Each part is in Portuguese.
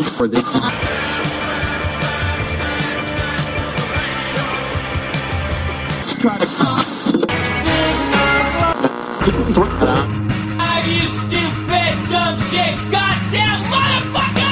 Are you stupid, dumb shit, goddamn motherfucker?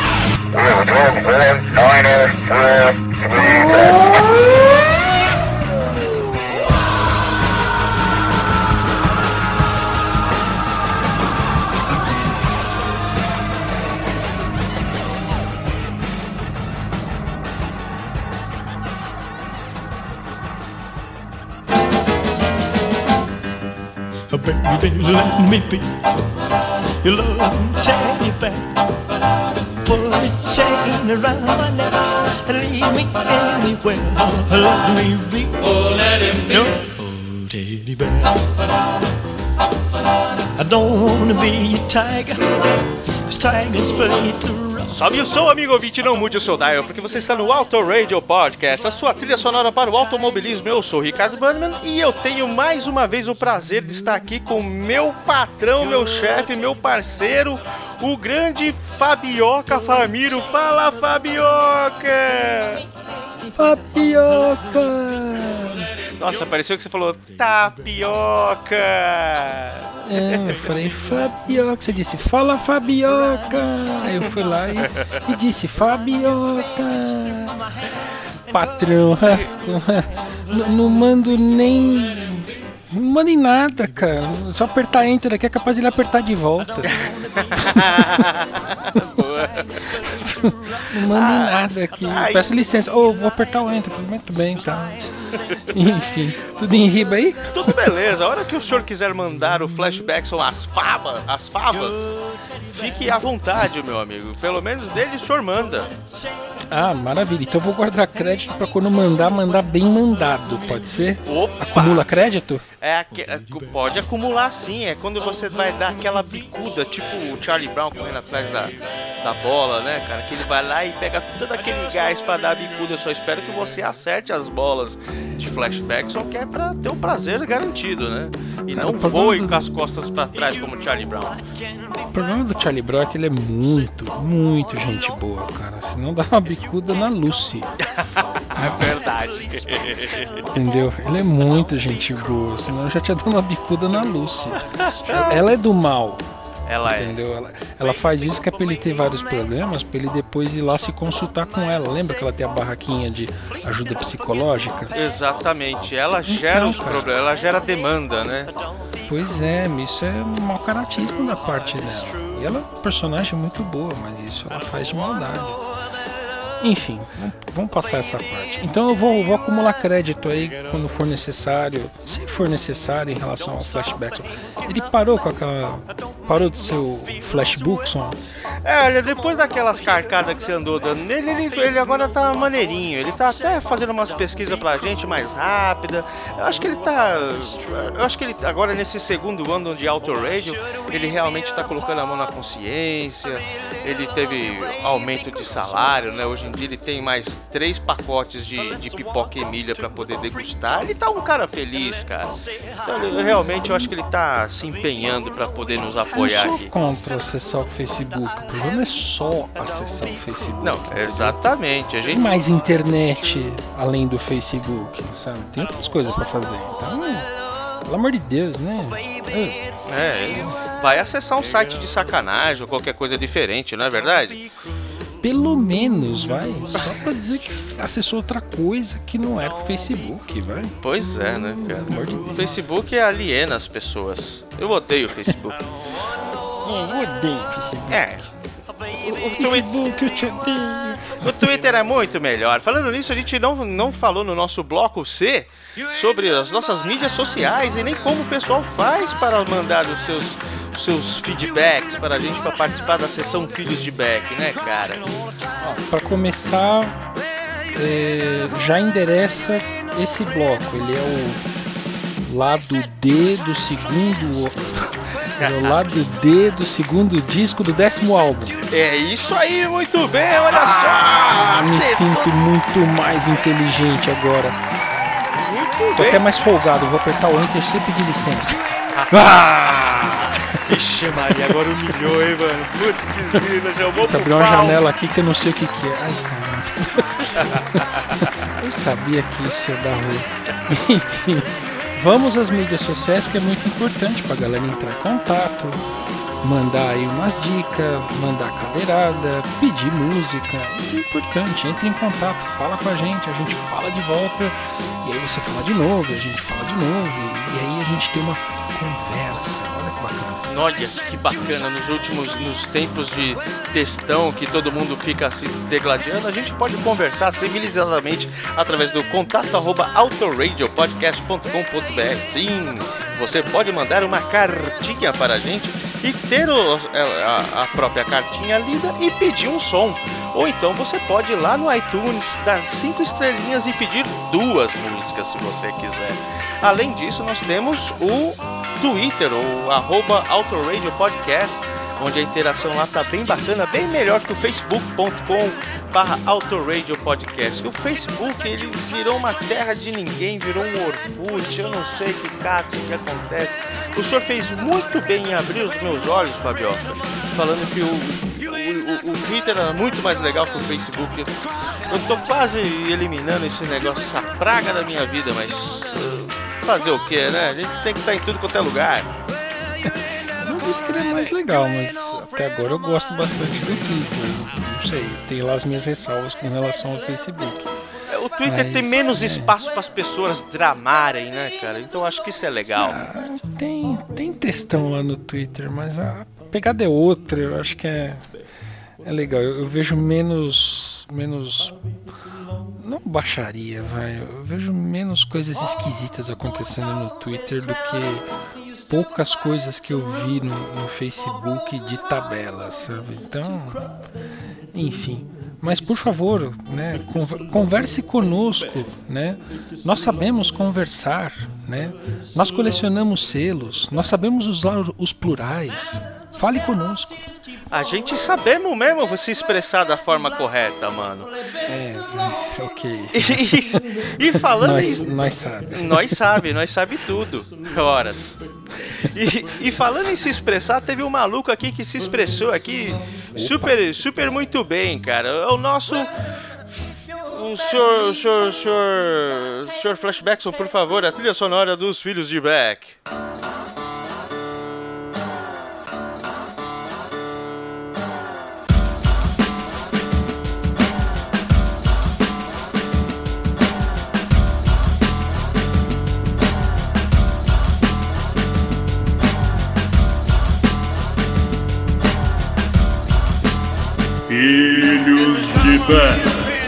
Baby, let me be your loving teddy bear. Put a chain around my neck and lead me anywhere. Let me be, Oh, let him be. your teddy bear. I don't wanna be a tiger, 'cause tigers play to run. Sobe o som, amigo ouvinte, não mude o seu dial, porque você está no Auto Radio Podcast, a sua trilha sonora para o automobilismo. Eu sou o Ricardo Bannerman e eu tenho mais uma vez o prazer de estar aqui com meu patrão, meu chefe, meu parceiro, o grande Fabioca Famiro. Fala, Fabioca! Fabioca! Nossa, pareceu que você falou tapioca! Eu falei Fabioca, você disse fala Fabioca! Aí eu fui lá e disse Fabioca! Patrão, não mando nem... Não manda em nada, cara. Só apertar Enter aqui é capaz de ele apertar de volta. Não manda em nada aqui. Peço licença. Vou apertar o Enter. Muito bem, tá. Enfim, tudo em riba aí? Tudo beleza. A hora que o senhor quiser mandar o flashback são as favas, fique à vontade, meu amigo. Pelo menos dele o senhor manda. Ah, maravilha. Então eu vou guardar crédito pra quando mandar bem mandado, pode ser? Opa! Acumula crédito? Pode acumular sim, é quando você vai dar aquela bicuda, tipo o Charlie Brown correndo atrás da bola, né, cara? Que ele vai lá e pega todo aquele gás pra dar a bicuda. Eu só espero que você acerte as bolas de flashback, só que é pra ter um prazer garantido, né? E Cara, não voe com as costas pra trás como o Charlie Brown. O problema do Charlie Brown é que ele é muito gente boa, cara. Se não dá uma bicuda na Lucy. É verdade. Entendeu? Ele é muito gente boa, senão eu já tinha dado uma bicuda na Lucy. Ela é do mal. Ela é. Entendeu? Ela faz isso que é pra ele ter vários problemas, pra ele depois ir lá se consultar com ela. Lembra que ela tem a barraquinha de ajuda psicológica? Exatamente. Ela gera os cara, problemas, ela gera demanda, né? Pois é, isso é um mau caratismo da parte dela. E ela é uma personagem muito boa, mas isso ela faz de maldade. Enfim, vamos passar essa parte. Então eu vou acumular crédito aí quando for necessário, se for necessário em relação ao flashback. Ele parou de ser o flashbookson? Olha, depois daquelas carcadas que você andou dando nele, ele agora tá maneirinho. Ele tá até fazendo umas pesquisas pra gente mais rápida. Eu acho que ele agora nesse segundo ano de Auto Radio, ele realmente tá colocando a mão na consciência. Ele teve aumento de salário, né? Hoje em dia ele tem mais 3 pacotes de pipoca Emília pra poder degustar. Ele tá um cara feliz, cara. Então eu acho que ele tá se empenhando pra poder nos apoiar Eu aqui. sou contra acessar o Facebook. O problema não é só acessar o Facebook. Não, exatamente. A Tem gente mais internet além do Facebook, sabe? Tem outras coisas pra fazer. Então, pelo amor de Deus, né? vai acessar um site de sacanagem ou qualquer coisa diferente, não é verdade? Pelo menos, vai. Só pra dizer que acessou outra coisa que não era o Facebook, vai. Pois é, né, cara? Pelo amor de Deus. O Facebook aliena as pessoas. Eu odeio o Facebook. Eu odeio o Facebook. O Twitter é muito melhor. Falando nisso, a gente não falou no nosso bloco C sobre as nossas mídias sociais e nem como o pessoal faz para mandar os seus feedbacks para a gente, para participar da sessão Filhos de Beck, né, cara? Para começar, já endereça esse bloco. Ele é o lado D do segundo. É o lado D do segundo disco do 10º álbum. É isso aí, muito bem, olha só! Me sinto muito mais inteligente agora. Muito Tô bem. até mais folgado, vou apertar o Enter sem pedir licença. Ixi, Maria, agora humilhou, hein, mano? Putz, grila, já vou pro Abriu uma pau. janela aqui que eu não sei o que é. Ai, caramba. Eu sabia que isso ia dar ruim. Enfim, vamos às mídias sociais, que é muito importante pra galera entrar em contato, mandar aí umas dicas, mandar cadeirada, pedir música. Isso é importante. Entre em contato, fala com a gente fala de volta, e aí você fala de novo, a gente fala de novo, e aí a gente tem uma conversa. Olha que bacana. Olha que bacana, nos tempos de textão que todo mundo fica se degladiando, a gente pode conversar civilizadamente através do contato@autoradiopodcast.com.br. Sim, você pode mandar uma cartinha para a gente e ter a própria cartinha lida e pedir um som. Ou então você pode ir lá no iTunes, dar 5 estrelinhas e pedir 2 músicas se você quiser. Além disso, nós temos o Twitter, o @autoradiopodcast, onde a interação lá tá bem bacana, bem melhor que o facebook.com/autoradiopodcast. O Facebook, ele virou uma terra de ninguém, virou um Orkut, eu não sei que que acontece. O senhor fez muito bem em abrir os meus olhos, Fabioca, falando que o Twitter era muito mais legal que o Facebook. Eu tô quase eliminando esse negócio, essa praga da minha vida, mas fazer o que, né? A gente tem que estar em tudo quanto é lugar. Eu não disse que ele é mais legal, mas até agora eu gosto bastante do Twitter. Não sei, tem lá as minhas ressalvas com relação ao Facebook. O Twitter tem menos espaço para as pessoas dramarem, né, cara? Então acho que isso é legal. Tem textão lá no Twitter, mas a pegada é outra. Eu acho que é legal. Eu vejo menos não baixaria, vai. Eu vejo menos coisas esquisitas acontecendo no Twitter do que poucas coisas que eu vi no Facebook de tabela, sabe? Então, enfim. Mas por favor, né, converse conosco, né? Nós sabemos conversar, né? Nós colecionamos selos, nós sabemos usar os plurais. Fale conosco. A gente sabemos mesmo se expressar da forma correta, mano. Ok. E falando isso, nós sabe. Nós sabe tudo. Horas. E falando em se expressar, teve um maluco aqui que se expressou aqui super muito bem, cara. É o nosso... O senhor Flashbackson, por favor, a trilha sonora dos Filhos de Beck. Filhos de Beck.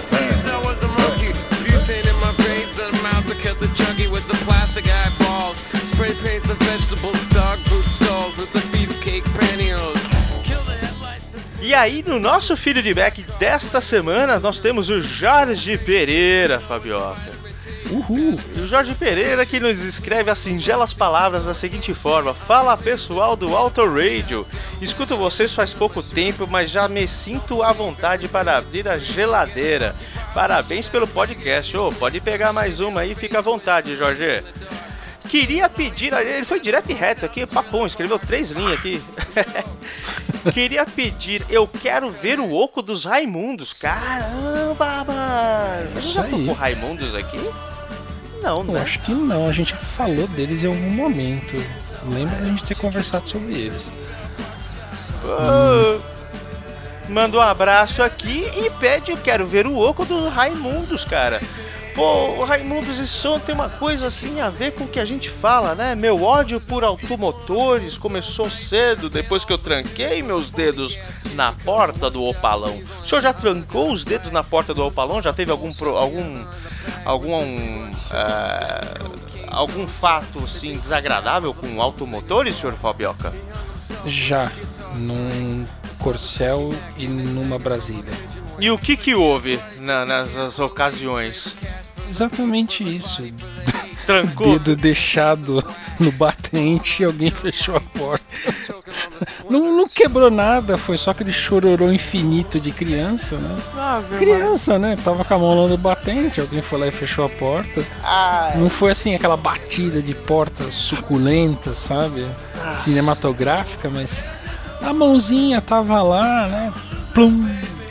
E aí, no nosso Filho de Beck desta semana, nós temos o Jorge Pereira, Fabioca. Uhul! E o Jorge Pereira que nos escreve as singelas palavras da seguinte forma: fala pessoal do Autoradio, escuto vocês faz pouco tempo, mas já me sinto à vontade para abrir a geladeira. Parabéns pelo podcast. Pode pegar mais uma aí, fica à vontade, Jorge. Queria pedir, ele foi direto e reto aqui, papum, escreveu 3 linhas aqui. Queria pedir, eu quero ver o Oco dos Raimundos. Caramba, mano. Você já tocou Raimundos aqui? Não, né? Eu acho que não, a gente falou deles em algum momento. Lembro da gente ter conversado sobre eles. Manda um abraço aqui e pede, quero ver o Oco dos Raimundos, cara. Pô, o Raimundos e som tem uma coisa assim a ver com o que a gente fala, né? Meu ódio por automotores começou cedo, depois que eu tranquei meus dedos na porta do Opalão. O senhor já trancou os dedos na porta do Opalão? Já teve algum fato assim desagradável com automotores, senhor Fabioca? Já, num Corcel e numa Brasília. E o que houve nessas ocasiões? Exatamente isso. Trancou. Dedo deixado no batente e alguém fechou a porta. Não quebrou nada, foi só aquele chororô infinito de criança, né? Criança, né? Tava com a mão lá no batente, alguém foi lá e fechou a porta. Não foi assim aquela batida de porta suculenta, sabe? Cinematográfica, mas a mãozinha tava lá, né? Plum!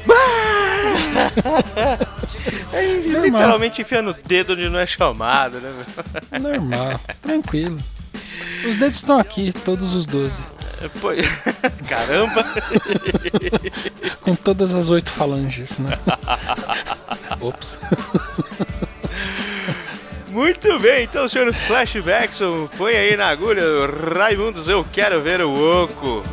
Literalmente enfiando o dedo onde não é chamado, né? Normal, tranquilo. Os dedos estão aqui, todos os 12. Pô, caramba! Com todas as 8 falanges, né? Ops. Muito bem, então, senhor Flashbackson, põe aí na agulha, Raimundos, eu quero ver o oco.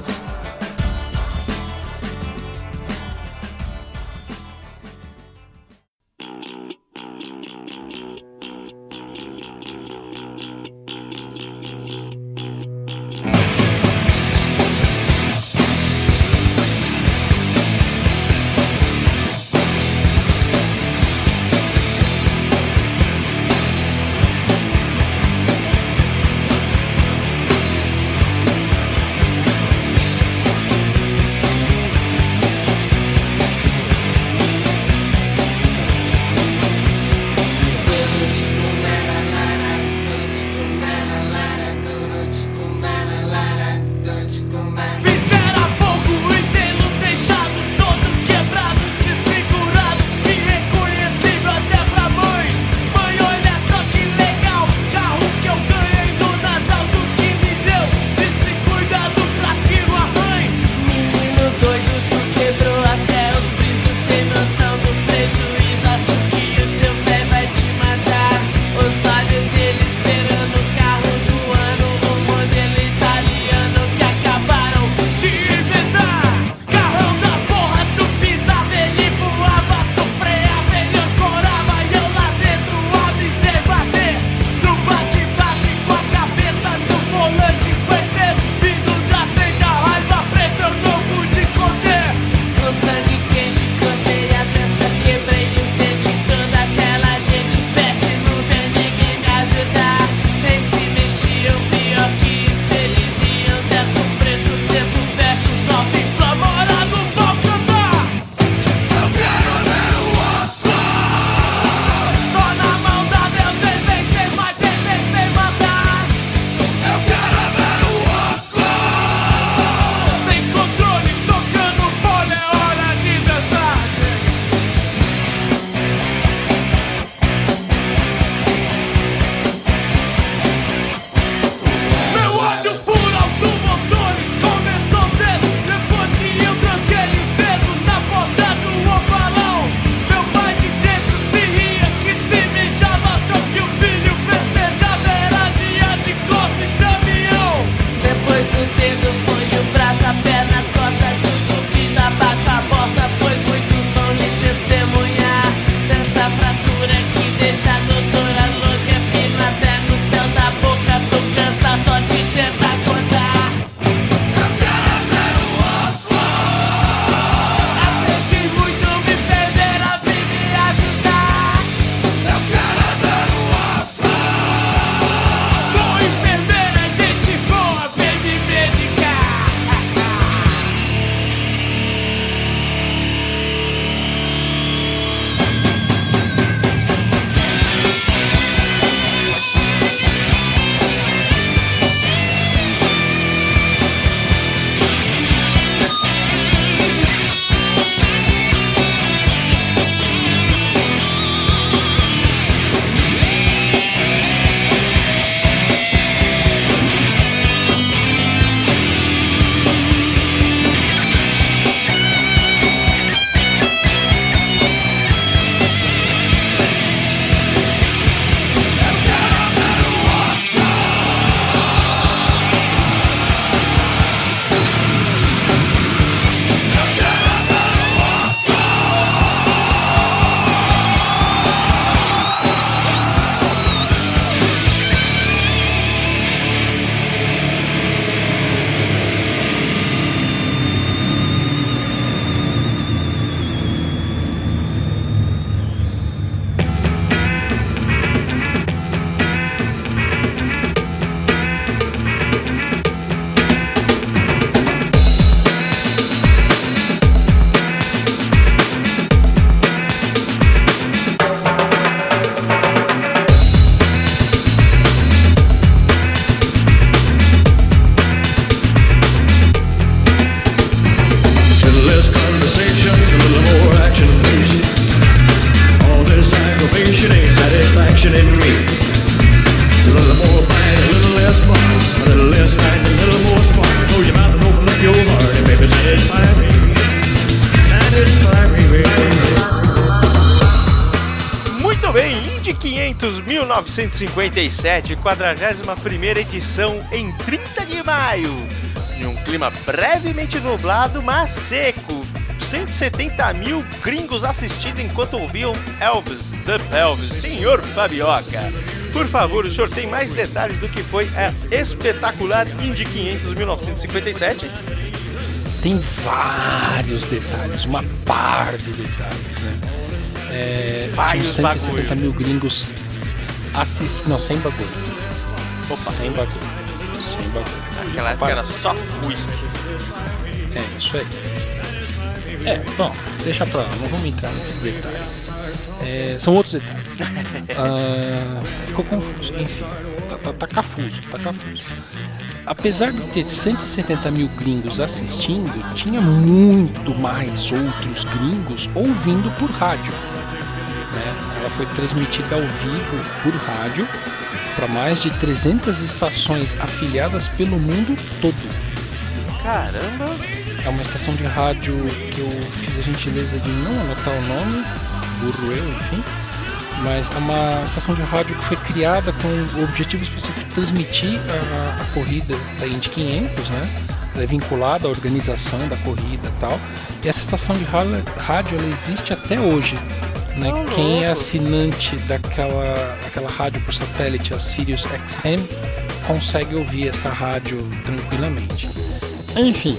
1957, 41ª edição em 30 de maio. Em um clima brevemente nublado, mas seco. 170 mil gringos assistindo enquanto ouviam Elvis, The Elvis. Senhor Fabioca, por favor, o senhor tem mais detalhes do que foi a espetacular Indy 500 1957? Tem vários detalhes, uma par de detalhes, né? Vários 170 mil gringos assistindo. Não, sem bagulho. Opa. Sem bagulho. Aquela época era só whisky. É, isso aí. Bom, deixa pra lá, não vamos entrar nesses detalhes. São outros detalhes. Ficou confuso, enfim. Tá cafuso. Apesar de ter 170 mil gringos assistindo, tinha muito mais outros gringos ouvindo por rádio. Né? Ela foi transmitida ao vivo por rádio para mais de 300 estações afiliadas pelo mundo todo. Caramba! É uma estação de rádio que eu fiz a gentileza de não anotar o nome, burro eu, enfim. Mas é uma estação de rádio que foi criada com o objetivo específico de transmitir a corrida da Indy 500, né? Ela é vinculada à organização da corrida e tal. E essa estação de rádio ela existe até hoje. Né? Quem é assinante daquela rádio por satélite, a Sirius XM, consegue ouvir essa rádio tranquilamente. Enfim,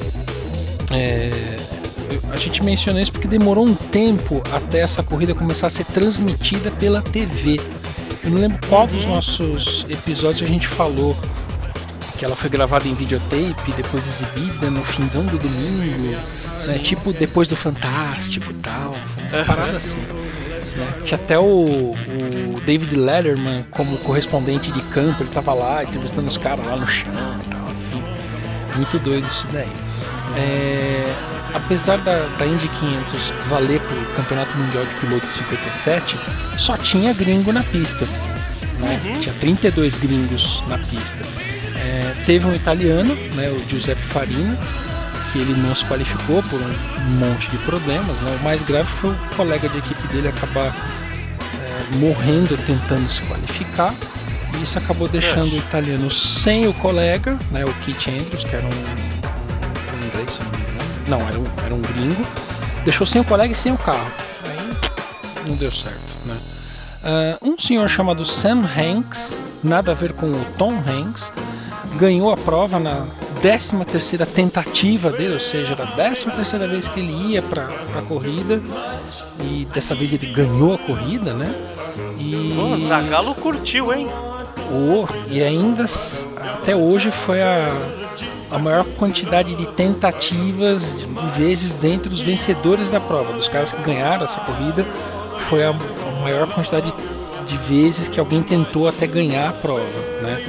a gente menciona isso porque demorou um tempo até essa corrida começar a ser transmitida pela TV. Eu não lembro qual dos nossos episódios a gente falou que ela foi gravada em videotape, depois exibida no finzão do domingo, né? Tipo depois do Fantástico e tal, uma parada assim. Né? Tinha até o David Letterman como correspondente de campo, ele tava lá entrevistando os caras lá no chão e tal, enfim. Muito doido isso daí. Apesar da Indy 500 valer para o Campeonato Mundial de Pilotos 57, só tinha gringo na pista, né? Tinha 32 gringos na pista. Teve um italiano, né, o Giuseppe Farina, que ele não se qualificou por um monte de problemas, né? O mais grave foi o colega de equipe dele acabar morrendo tentando se qualificar, e isso acabou deixando o italiano sem o colega, né, o Keith Andrews, que era um inglês, se não me engano. Não, era um gringo. Deixou sem o colega e sem o carro. Aí não deu certo, né? Um senhor chamado Sam Hanks, nada a ver com o Tom Hanks, ganhou a prova na 13ª tentativa dele, ou seja, era a 13ª vez que ele ia para a corrida, e dessa vez ele ganhou a corrida, né? O Zagallo curtiu, hein? E ainda até hoje foi a maior quantidade de tentativas de vezes dentre os vencedores da prova, dos caras que ganharam essa corrida, foi a maior quantidade de vezes que alguém tentou até ganhar a prova, né?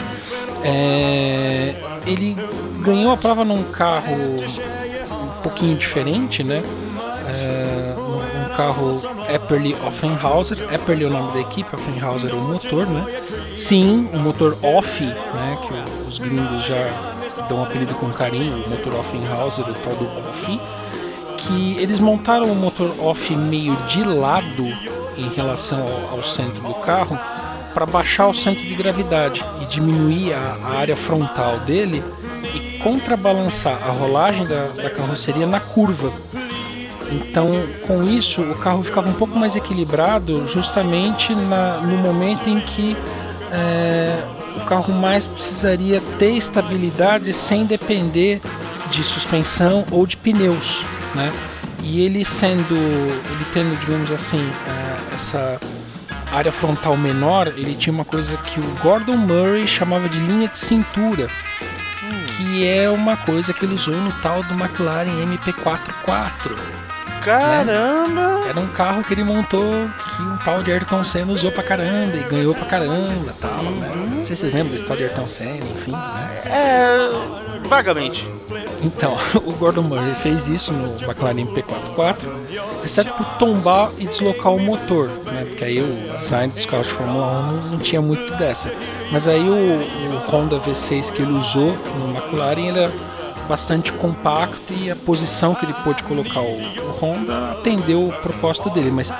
Ele ganhou a prova num carro um pouquinho diferente, né? Um carro Epperle Offenhauser. Epperle é o nome da equipe, Offenhauser é o motor, né? Sim, o motor Off, né? Que os gringos já dão um apelido com carinho, o motor Offenhauser, o tal do Off, que eles montaram o motor Off meio de lado em relação ao centro do carro para baixar o centro de gravidade e diminuir a área frontal dele e contrabalançar a rolagem da carroceria na curva. Então, com isso, o carro ficava um pouco mais equilibrado justamente no momento em que o carro mais precisaria ter estabilidade sem depender de suspensão ou de pneus, né? E ele tendo, digamos assim, essa área frontal menor, ele tinha uma coisa que o Gordon Murray chamava de linha de cintura, que é uma coisa que ele usou no tal do McLaren MP44. Caramba! Né? Era um carro que ele montou que um tal de Ayrton Senna usou pra caramba e ganhou pra caramba, tal, né? Não sei se vocês lembram desse tal de Ayrton Senna, enfim, né? Vagamente. Então, o Gordon Murray fez isso no McLaren MP44, exceto por tombar e deslocar o motor, né? Porque aí o design dos carros de Fórmula 1 não tinha muito dessa. Mas aí o Honda V6 que ele usou no McLaren, ele era bastante compacto e a posição que ele pôde colocar o Honda atendeu o propósito dele, mas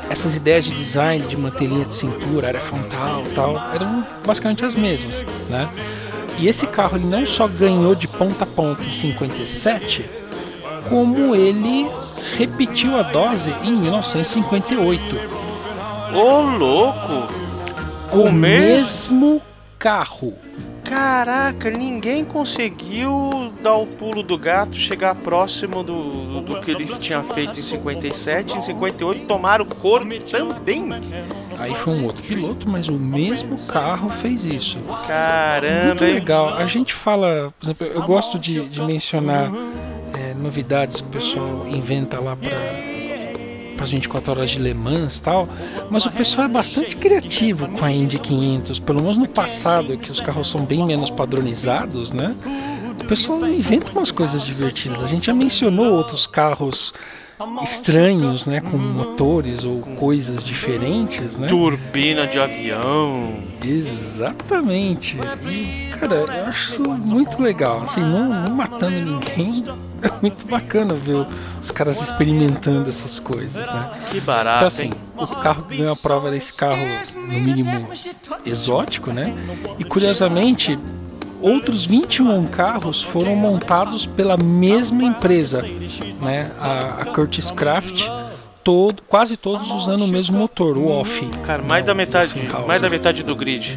essas ideias de design, de manter linha de cintura, área frontal e tal, eram basicamente as mesmas, né? E esse carro ele não só ganhou de ponta a ponta em 57, como ele repetiu a dose em 1958. Ô, louco! O mesmo carro. Caraca, ninguém conseguiu dar o pulo do gato, chegar próximo do que ele tinha feito em 57. Em 58 tomaram o couro também. Aí foi um outro piloto, mas o mesmo carro fez isso. Caramba, muito legal. A gente fala, por exemplo, eu gosto de mencionar novidades que o pessoal inventa lá para as 24 horas de Le Mans e tal, mas o pessoal é bastante criativo com a Indy 500, pelo menos no passado, que os carros são bem menos padronizados, né? O pessoal inventa umas coisas divertidas. A gente já mencionou outros carros estranhos, né, com motores ou coisas diferentes, né? Turbina de avião. Exatamente. E, cara, eu acho muito legal. Assim, não matando ninguém, é muito bacana ver os caras experimentando essas coisas, né? Que barato. Então, assim, hein? o carro que ganhou a prova era esse carro, no mínimo, exótico, né? E, curiosamente, outros 21 carros foram montados pela mesma empresa, né? A Curtis Craft, quase todos usando o mesmo motor, o OFF. Cara, mais da metade do grid.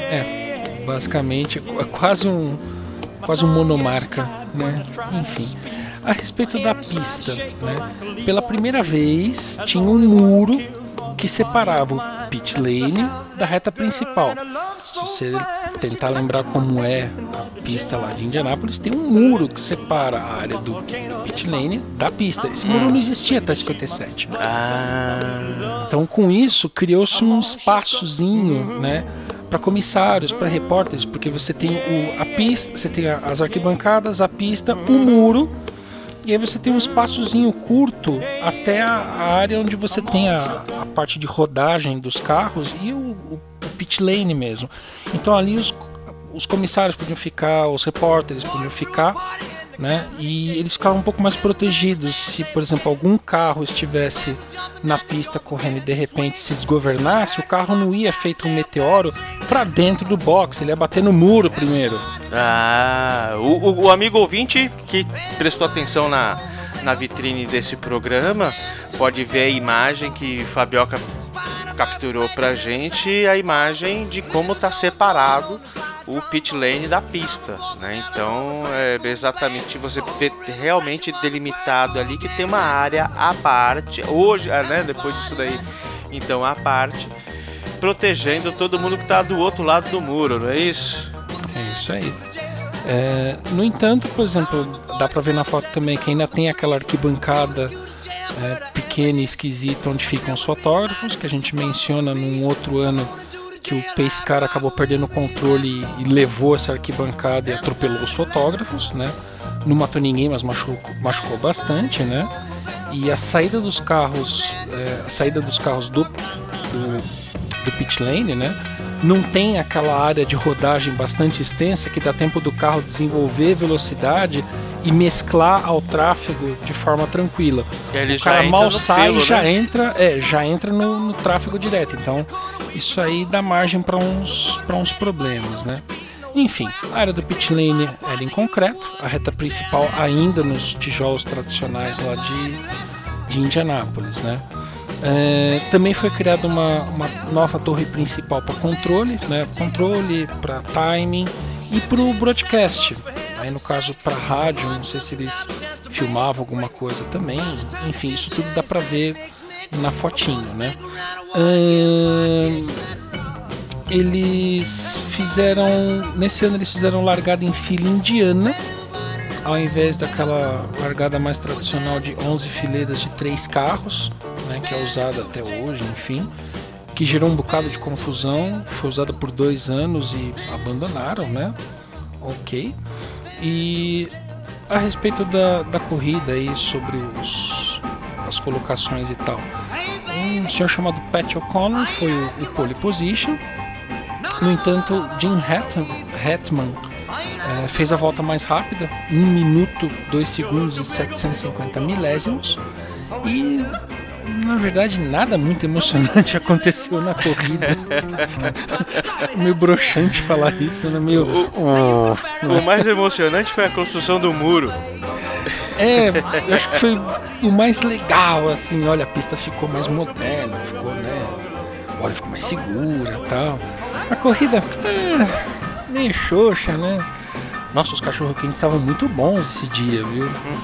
Basicamente é quase um monomarca, né? Enfim, a respeito da pista, né? Pela primeira vez tinha um muro que separava o pit lane da reta principal. Se você tentar lembrar como é a pista lá de Indianápolis, tem um muro que separa a área do pit lane da pista. Esse muro não existia até 57. Então, com isso, criou-se um espaçozinho, né, para comissários, para repórteres, porque você tem a pista, você tem as arquibancadas, a pista, o muro, e aí você tem um espaçozinho curto até a área onde você tem a parte de rodagem dos carros e o pit lane mesmo. Então ali os comissários podiam ficar, os repórteres podiam ficar, né? E eles ficavam um pouco mais protegidos se, por exemplo, algum carro estivesse na pista correndo e de repente se desgovernasse, o carro não ia feito um meteoro para dentro do box, ele ia bater no muro primeiro. O amigo ouvinte que prestou atenção na vitrine desse programa pode ver a imagem que Fabioca capturou pra gente, a imagem de como tá separado o pit lane da pista, né? Então é exatamente, você vê realmente delimitado ali que tem uma área à parte, hoje, né, depois disso daí, então à parte, protegendo todo mundo que tá do outro lado do muro, não é isso? É isso aí. No entanto, por exemplo, dá pra ver na foto também que ainda tem aquela arquibancada pequena e esquisita onde ficam os fotógrafos, que a gente menciona num outro ano que o Pace Car acabou perdendo o controle e levou essa arquibancada e atropelou os fotógrafos, né? Não matou ninguém, mas machucou bastante, né? E a saída dos carros, do pit lane, né? Não tem aquela área de rodagem bastante extensa que dá tempo do carro desenvolver velocidade e mesclar ao tráfego de forma tranquila. O cara mal sai e já entra no tráfego direto. Então isso aí dá margem para uns problemas, né? Enfim, a área do pit lane era em concreto, a reta principal ainda nos tijolos tradicionais lá de Indianápolis, né? Também foi criada uma nova torre principal para controle, né? Controle, para timing e para o broadcast. Aí no caso para rádio, não sei se eles filmavam alguma coisa também. Enfim, isso tudo dá para ver na fotinho, né? Nesse ano eles fizeram largada em fila indiana, ao invés daquela largada mais tradicional de 11 fileiras de 3 carros, né, que é usada até hoje, enfim, que gerou um bocado de confusão. Foi usada por 2 anos e abandonaram, né? Ok. E a respeito da corrida aí, sobre as colocações e tal, um senhor chamado Pat O'Connor foi o pole position. No entanto, Jim Hetman fez a volta mais rápida, 1 minuto 2 segundos e 750 milésimos, e Na verdade, nada muito emocionante aconteceu na corrida. Meio broxante falar isso, né? Meio... O mais emocionante foi a construção do muro. Eu acho que foi o mais legal, assim. Olha, a pista ficou mais moderna, ficou, né? Olha, ficou mais segura e tal. A corrida, meio xoxa, né? Nossa, os cachorro-quentes estavam muito bons esse dia, viu?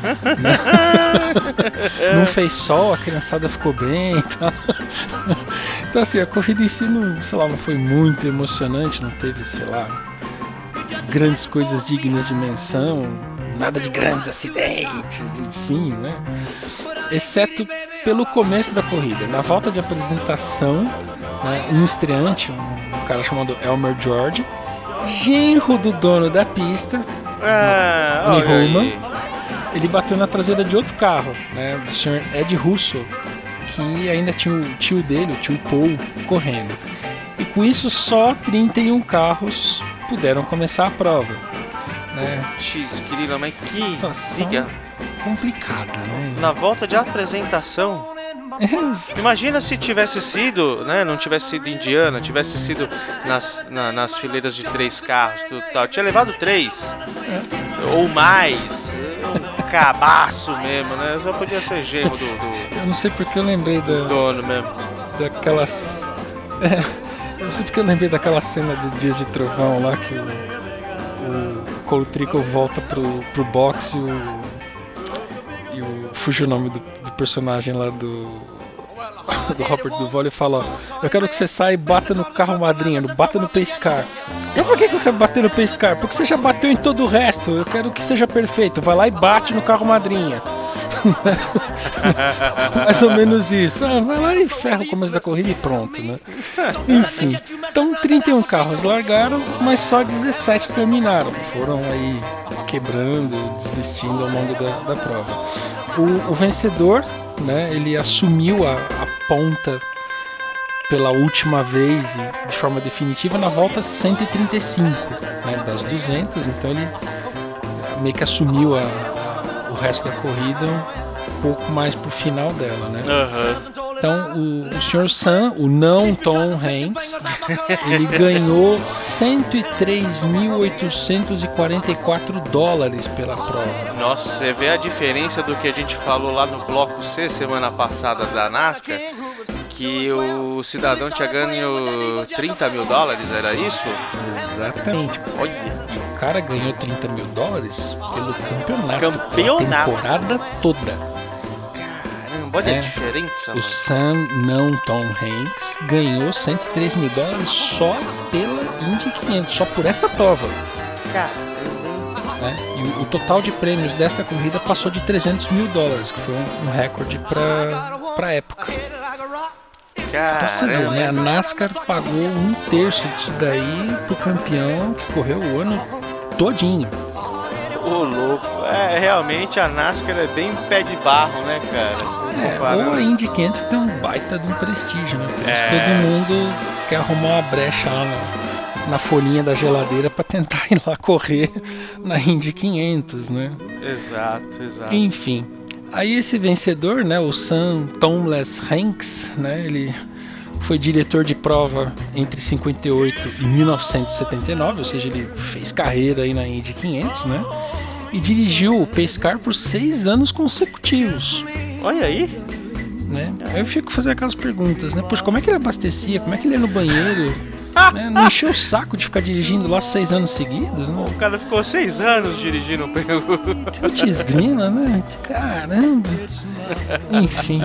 Não fez sol, a criançada ficou bem e tal. Então assim, a corrida em si não foi muito emocionante, não teve, grandes coisas dignas de menção, nada de grandes acidentes, enfim, né? Exceto pelo começo da corrida. Na volta de apresentação, né, um estreante, um cara chamado Elmer George, genro do dono da pista, ele bateu na traseira de outro carro, né, do senhor Ed Russo, que ainda tinha o tio dele, o tio Paul, correndo. E com isso só 31 carros puderam começar a prova, né? Grila, mas que ziga complicada, né? Na volta de apresentação. Imagina se tivesse sido, né? Não tivesse sido Indiana, tivesse sido nas fileiras de 3 carros, tal. Tinha levado 3 ou mais, um cabaço mesmo, né? Só podia ser genro do Eu não sei porque eu lembrei do dono mesmo. Daquelas. Eu não sei porque eu lembrei daquela cena do Dias de Trovão lá que o Cole Trickle volta pro boxe e fugiu o nome do personagem lá do Robert Duvall e fala, ó, eu quero que você saia e bata no carro madrinha, bata no pace car. Eu, por que eu quero bater no pace car? Porque você já bateu em todo o resto, eu quero que seja perfeito, vai lá e bate no carro madrinha. Mais ou menos isso. Vai lá e ferra o começo da corrida e pronto, né? Enfim, então 31 carros largaram, mas só 17 terminaram. Foram aí quebrando, desistindo ao longo da prova. O vencedor, né, ele assumiu a ponta pela última vez e de forma definitiva na volta 135, né, das 200, então ele meio que assumiu o resto da corrida um pouco mais pro final dela, né? Então o Sr. Sam, o não Tom Hanks, ele ganhou $103.844 pela prova. Nossa, você vê a diferença do que a gente falou lá no bloco C semana passada da NASCAR, que o cidadão tinha ganho $30 mil, era isso? Exatamente. Olha. O cara ganhou $30 mil pelo campeonato. A temporada toda. Olha a diferença. O Sam, não Tom Hanks, ganhou $103 mil só pela Indy 500, só por esta prova. Né? E o total de prêmios dessa corrida passou de $300 mil, que foi um recorde para época. Então, você vê, né? A NASCAR pagou 1/3 disso daí pro campeão que correu o ano todinho. Ô, louco. Realmente a NASCAR é bem pé de barro, né, cara? Ou a Indy 500 tem um baita de um prestígio, né? Por isso todo mundo quer arrumar uma brecha lá na folhinha da geladeira pra tentar ir lá correr na Indy 500, né? Exato. Enfim, aí esse vencedor, né, o Sam Thomas Hanks, né, ele foi diretor de prova entre 58 e 1979, ou seja, ele fez carreira aí na Indy 500, né? E dirigiu o Pace Car por 6 anos consecutivos. Olha aí. Né? Aí eu fico fazendo aquelas perguntas, né? Poxa, como é que ele abastecia? Como é que ele ia no banheiro? Né? Não encheu o saco de ficar dirigindo lá 6 anos seguidos, né? O cara ficou 6 anos dirigindo o Putz grina, né? Caramba. Enfim.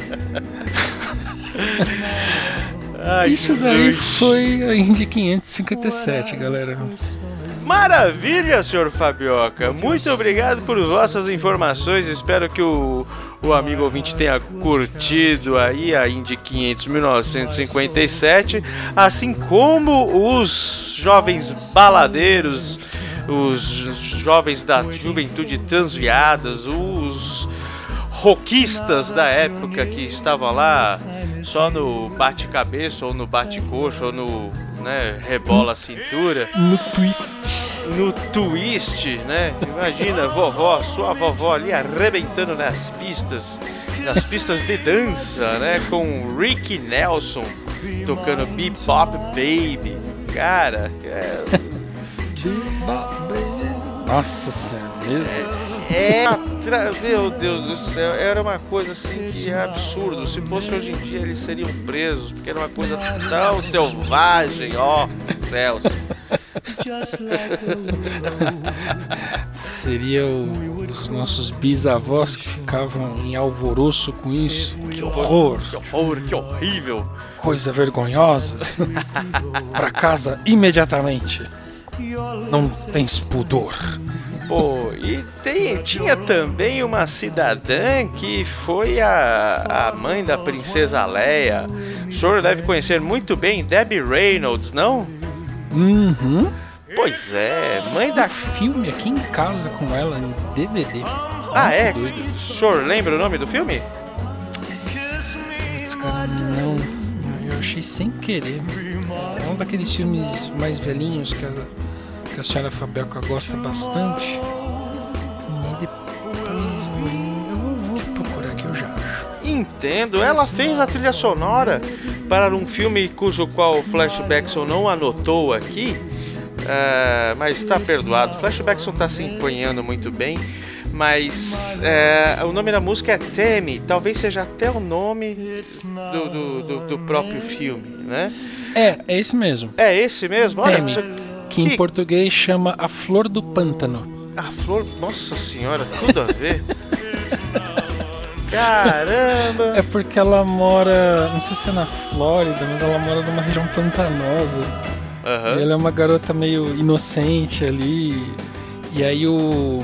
Ai, isso daí foi a Indy 557, galera. Maravilha, senhor Fabioca. Muito obrigado por vossas informações. Espero que o amigo ouvinte tenha curtido aí a Indy 500 1957, assim como os jovens baladeiros, os jovens da juventude transviadas, os roquistas da época que estavam lá só no bate-cabeça ou no bate-coxa ou no, né, rebola a cintura. No twist, né? Imagina, sua vovó ali arrebentando nas pistas. das pistas de dança, né? Com Ricky Nelson tocando Bebop Baby. Cara, Nossa senhora, meu Deus do céu, era uma coisa assim que é absurdo. Se fosse hoje em dia eles seriam presos, porque era uma coisa tão selvagem, ó, céus. Seria os nossos bisavós que ficavam em alvoroço com isso. Que horror! Que horror, que horrível! Coisa vergonhosa! Pra casa imediatamente! Não tens pudor! Pô, e tinha também uma cidadã que foi a mãe da princesa Leia. O senhor deve conhecer muito bem Debbie Reynolds, não? Uhum. Pois é, mãe da... filme aqui em casa com ela em DVD. Ah, é? Doido. O senhor lembra o nome do filme? Putz, cara, não. Eu achei sem querer. É um daqueles filmes mais velhinhos que a senhora Fabioca gosta bastante. E depois eu vou procurar aqui, eu já acho. Entendo, ela fez a trilha sonora para um filme cujo qual o Flashbackson não anotou aqui, mas está perdoado. Flashbackson está se empenhando muito bem, mas o nome da música é Tammy, talvez seja até o nome do próprio filme, né? É esse mesmo. É esse mesmo? Olha, Tammy, que em português chama A Flor do Pântano. A flor, nossa senhora, tudo a ver. Caramba! É porque ela mora, não sei se é na Flórida, mas ela mora numa região pantanosa. Uhum. E ela é uma garota meio inocente ali. E aí um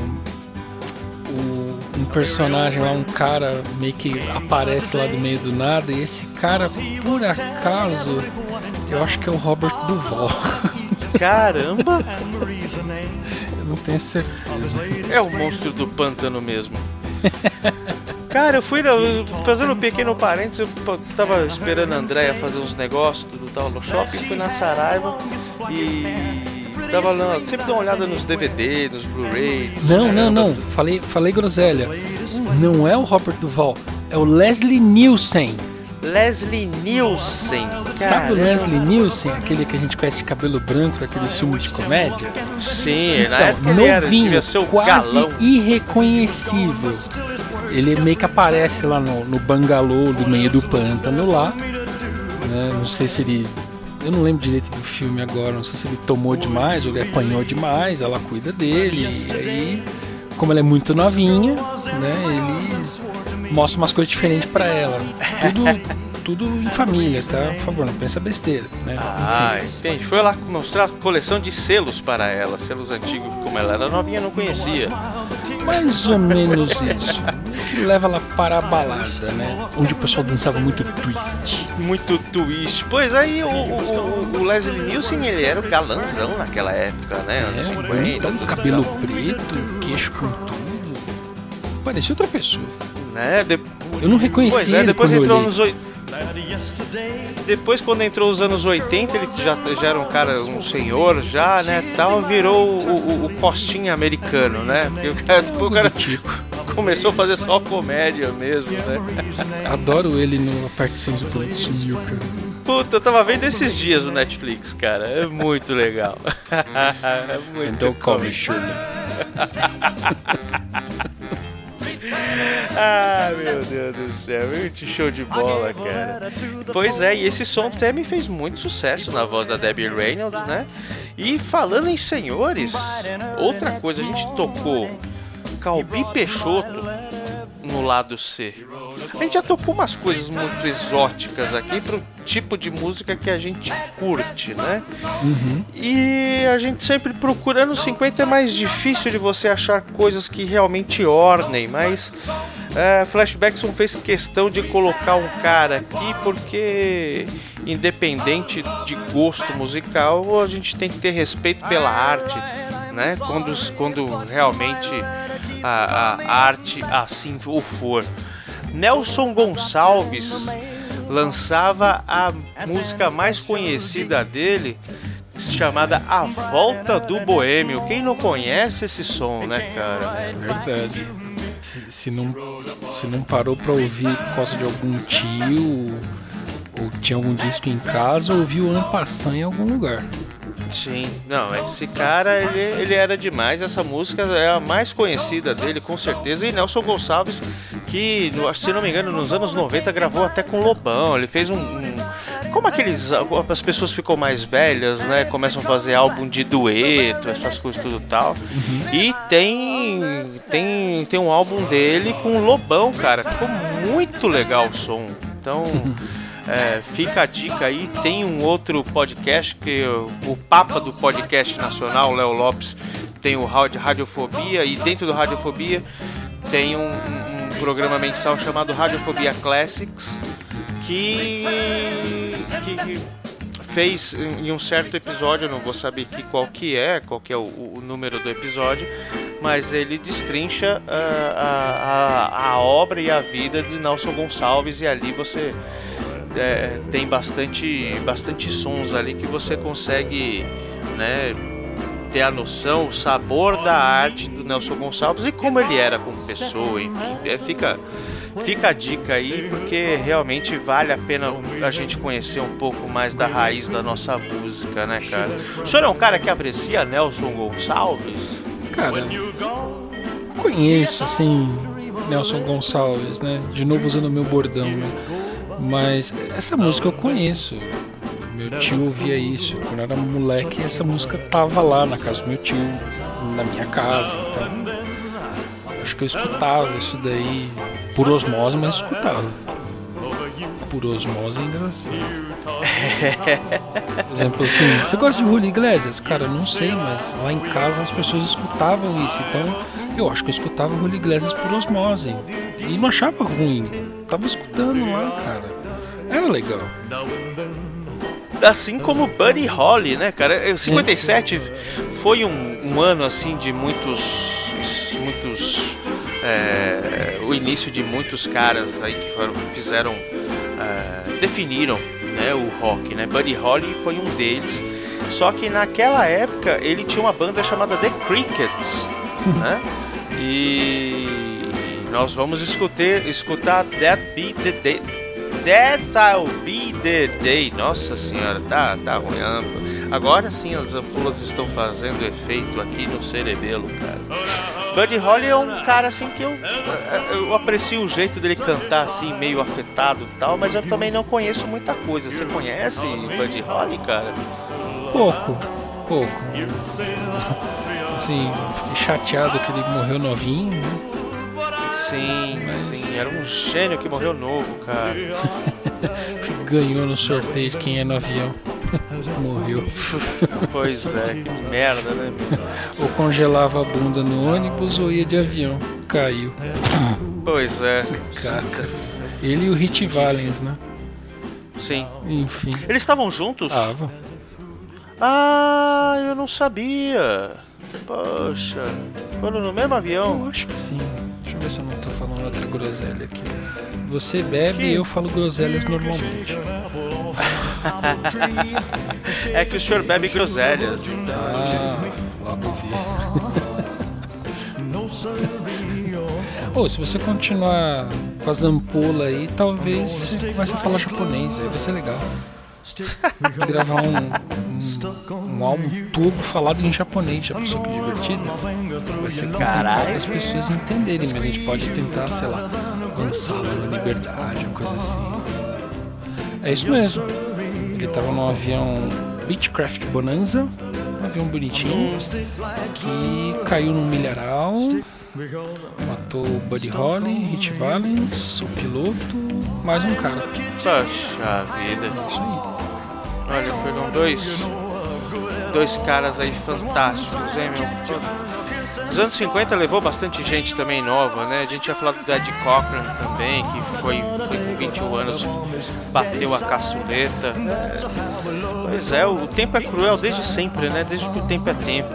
personagem lá, um cara meio que aparece lá do meio do nada. E esse cara, por acaso, eu acho que é o Robert Duvall. Caramba! Eu não tenho certeza. É o monstro do pântano mesmo. Cara, eu fui fazendo um pequeno parênteses, eu tava esperando a Andréia fazer uns negócios do tal no shopping, fui na Saraiva e tava lá, sempre dou uma olhada nos DVD, nos Blu-ray. Não, falei groselha. Não é o Robert Duvall, é o Leslie Nielsen. Leslie Nielsen. Sabe o Leslie Nielsen, aquele que a gente conhece de cabelo branco, daquele filme de comédia? Sim, então, na época ele novinho, devia ser o quase galão. Irreconhecível. Ele meio que aparece lá no bangalô do meio do pântano lá, né? Não sei se ele... Eu não lembro direito do filme agora, não sei se ele tomou demais ou ele apanhou demais, ela cuida dele, e aí, como ela é muito novinha, né, ele mostra umas coisas diferentes pra ela. Tudo em família, tá? Por favor, não pensa besteira, né? Ah, entendi. Foi lá mostrar a coleção de selos para ela, selos antigos, como ela era novinha, não conhecia. Mais ou menos isso. Que leva ela para a balada, né? Onde o pessoal dançava muito twist. Muito twist. Pois aí o Leslie Nielsen, ele era o galanzão naquela época, né? Anos 50. Cabelo preto, queixo com tudo. Parecia outra pessoa. Né? Eu não reconheci pois ele depois quando entrou eu nos Depois, quando entrou os anos 80, ele já era um cara, um senhor já, né, tal, virou o Costinha americano, né? Porque o cara começou a fazer só comédia mesmo, né? Adoro ele no A Parte Sem do Sumiu, cara. Puta, eu tava vendo esses dias no Netflix, cara. É muito legal. É muito Então come, Sugar. Ah, meu Deus do céu, muito show de bola, cara. Pois é, e esse som Tammy fez muito sucesso na voz da Debbie Reynolds, né? E falando em senhores, outra coisa, a gente tocou Calbi Peixoto no lado C. A gente já tocou umas coisas muito exóticas aqui pro tipo de música que a gente curte, né? Uhum. E a gente sempre procura, anos 50 é mais difícil de você achar coisas que realmente ornem, mas Flashbackson fez questão de colocar um cara aqui porque, independente de gosto musical, a gente tem que ter respeito pela arte, né? Quando realmente a arte assim o for. Nelson Gonçalves lançava a música mais conhecida dele, chamada A Volta do Boêmio. Quem não conhece esse som, né, cara? Verdade. Se não parou pra ouvir por causa de algum tio, ou tinha algum disco em casa, ou ouviu en passant em algum lugar. Sim, não, esse cara, ele era demais. Essa música é a mais conhecida dele, com certeza. E Nelson Gonçalves, que, se não me engano, nos anos 90 gravou até com Lobão. Ele fez como as pessoas ficam mais velhas, né, começam a fazer álbum de dueto, essas coisas tudo tal. E tem um álbum dele com Lobão, cara. Ficou muito legal o som. Então... fica a dica aí. Tem um outro podcast que o Papa do podcast nacional, Léo Lopes, tem o Radiofobia, e dentro do Radiofobia tem um programa mensal chamado Radiofobia Classics, que fez em um certo episódio, eu não vou saber qual que é o número do episódio, mas ele destrincha a obra e a vida de Nelson Gonçalves, e ali você tem bastante sons ali que você consegue, né, ter a noção, o sabor da arte do Nelson Gonçalves e como ele era como pessoa, enfim. Fica a dica aí, porque realmente vale a pena a gente conhecer um pouco mais da raiz da nossa música, né, cara? O senhor é um cara que aprecia Nelson Gonçalves? Cara, conheço, assim, Nelson Gonçalves, né? De novo usando o meu bordão, né? Mas essa música eu conheço. Meu tio ouvia isso. Quando eu era moleque, essa música tava lá na casa do meu tio, na minha casa. Então, acho que eu escutava isso daí por osmose, mas escutava. Por osmose é engraçado. Por exemplo, assim, você gosta de Julio Iglesias? Cara, eu não sei, mas lá em casa as pessoas escutavam isso. Então, eu acho que eu escutava Julio Iglesias por osmose. E não achava ruim. Tava escutando lá, cara. Era legal. Assim como Buddy Holly, né, cara? 57 foi um ano, assim, de muitos o início de muitos caras aí que definiram, né, o rock, né? Buddy Holly foi um deles. Só que naquela época ele tinha uma banda chamada The Crickets, né? E nós vamos escutar That I'll Be The Day. Nossa senhora, tá ruim. Agora sim as ampolas estão fazendo efeito aqui no cerebelo, cara. Buddy Holly é um cara assim que eu aprecio o jeito dele cantar assim, meio afetado e tal, mas eu também não conheço muita coisa. Você conhece Buddy Holly, cara? Pouco. Assim, fiquei chateado que ele morreu novinho, né? Sim, era um gênio que morreu novo, cara. Ganhou no sorteio de quem é no avião. Morreu. Pois é, que merda, né? Ou congelava a bunda no ônibus ou ia de avião. Caiu. Pois é. Caca. Ele e o Rich Valens, né? Sim. Enfim. Eles estavam juntos? Estavam. Ah, eu não sabia. Poxa, foram no mesmo avião? Eu acho que sim. Deixa eu ver se eu não tô falando outra groselha aqui. Você bebe e eu falo groselhas normalmente. É que o senhor bebe groselhas. Então... logo vi. Se você continuar com as ampolas aí, talvez você comece a falar japonês, aí vai ser legal. Gravar um álbum todo falado em japonês, já pensou que divertido? Vai ser complicado as pessoas entenderem, mas a gente pode tentar, sei lá, lançá-lo na Liberdade, coisa assim. É isso mesmo. Ele tava num avião Beechcraft Bonanza, um avião bonitinho, que caiu num milharal, matou o Buddy Holly, Rich Valens, o piloto, mais um cara. Poxa vida. É isso aí. Olha, foram dois caras aí fantásticos, hein, meu? Nos anos 50 levou bastante gente também nova, né? A gente ia falar do Eddie Cochran também, que foi com 21 anos, bateu a caçuleta. Pois é, o tempo é cruel desde sempre, né? Desde que o tempo é tempo.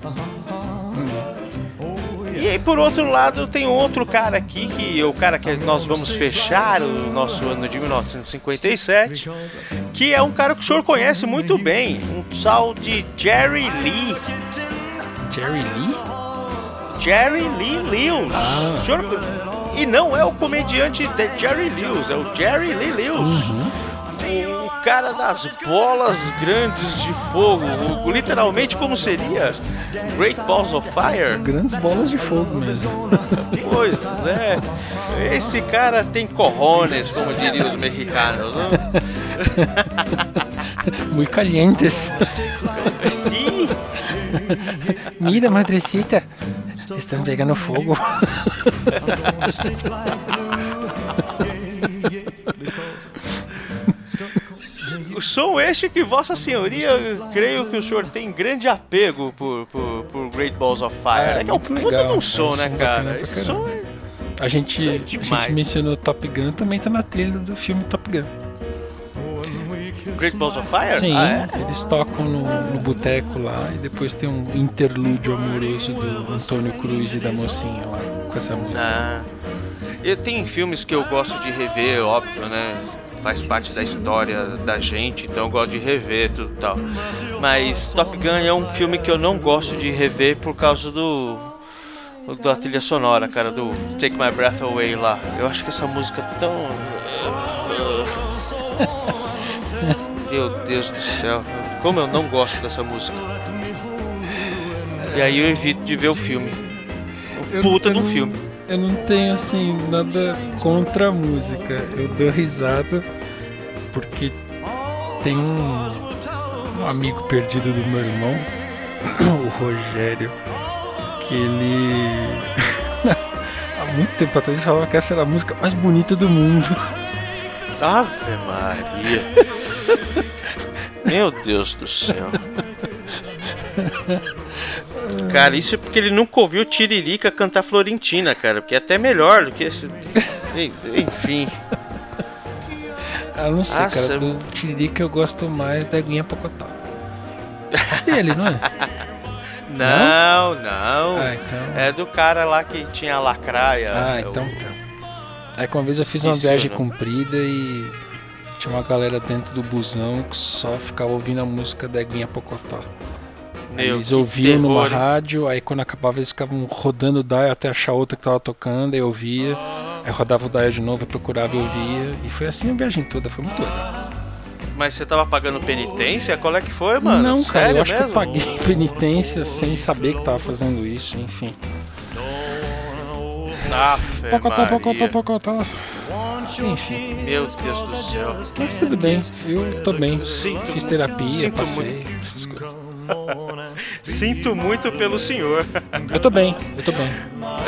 E aí, por outro lado, tem outro cara aqui, que é o cara que nós vamos fechar o nosso ano de 1957, que é um cara que o senhor conhece muito bem, um tal de Jerry Lee. Jerry Lee? Jerry Lee Lewis. E não é o comediante de Jerry Lewis, é o Jerry Lee Lewis. O cara das bolas grandes de fogo, literalmente como seria Great Balls of Fire. Grandes bolas de fogo mesmo. Pois é, esse cara tem cojones, como diriam os mexicanos, não? Muy calientes. Sim. Mira, madrecita, estão pegando fogo. Sou este que Vossa Senhoria, creio que o senhor tem grande apego por Great Balls of Fire. É que é um puta de um som, né, cara? Esse som a gente mencionou Top Gun, também tá na trilha do filme Top Gun. Great Balls of Fire? Sim, eles tocam no boteco lá e depois tem um interlúdio amoroso do Antônio Cruz e da mocinha lá com essa música. Tem filmes que eu gosto de rever, óbvio, né? Faz parte da história da gente, então eu gosto de rever tudo e tal. Mas Top Gun é um filme que eu não gosto de rever por causa da trilha sonora, cara, do Take My Breath Away lá. Eu acho que essa música é tão... Meu Deus do céu, como eu não gosto dessa música. E aí eu evito de ver o filme. Puta de um filme. Eu não tenho, assim, nada contra a música. Eu dou risada porque tem um amigo perdido do meu irmão, o Rogério, que ele... há muito tempo atrás ele falava que essa era a música mais bonita do mundo. Ave Maria. Meu Deus do céu. Cara, isso é porque ele nunca ouviu Tiririca cantar Florentina, cara, porque é até melhor do que esse... Enfim. Não sei, nossa, cara, do Tiririca eu gosto mais da Aguinha Pocotó. Ele, não é? Não. Então... É do cara lá que tinha a lacraia. Então tá. Aí uma vez eu fiz uma viagem comprida e tinha uma galera dentro do busão que só ficava ouvindo a música da Aguinha Pocotó. Eles ouviam numa rádio, aí quando acabava eles ficavam rodando o dial até achar outra que tava tocando, aí eu ouvia, aí rodava o dial de novo, eu procurava e ouvia, e foi assim a viagem toda, foi muito legal. Mas você tava pagando penitência? Qual é que foi, mano? Não, cara, sério eu acho mesmo? que eu paguei penitência sem saber que tava fazendo isso, enfim. Pocotó. Enfim. Meu Deus do céu. Mas tudo bem, eu tô bem, fiz terapia, passei, essas coisas. Sinto muito pelo senhor. Eu tô bem. Eu tô bem.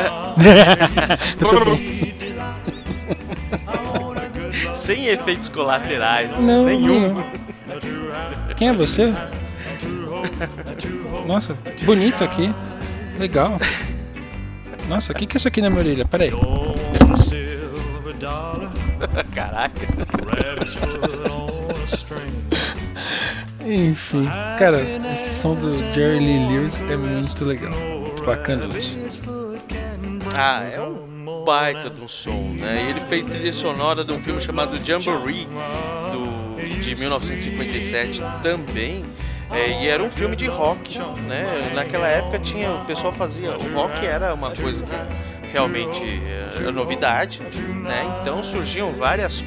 Sem efeitos colaterais. Não, nenhum. Quem é você? Nossa, bonito aqui. Legal. Nossa, o que é isso aqui na minha orelha? Pera aí. Caraca. Enfim, cara, esse som do Jerry Lee Lewis é muito legal, muito bacana isso. É um baita de um som, né? E ele fez trilha sonora de um filme chamado Jamboree, de 1957 também. E era um filme de rock, né? Naquela época o pessoal fazia, o rock era uma coisa que realmente era novidade, né? Então surgiam vários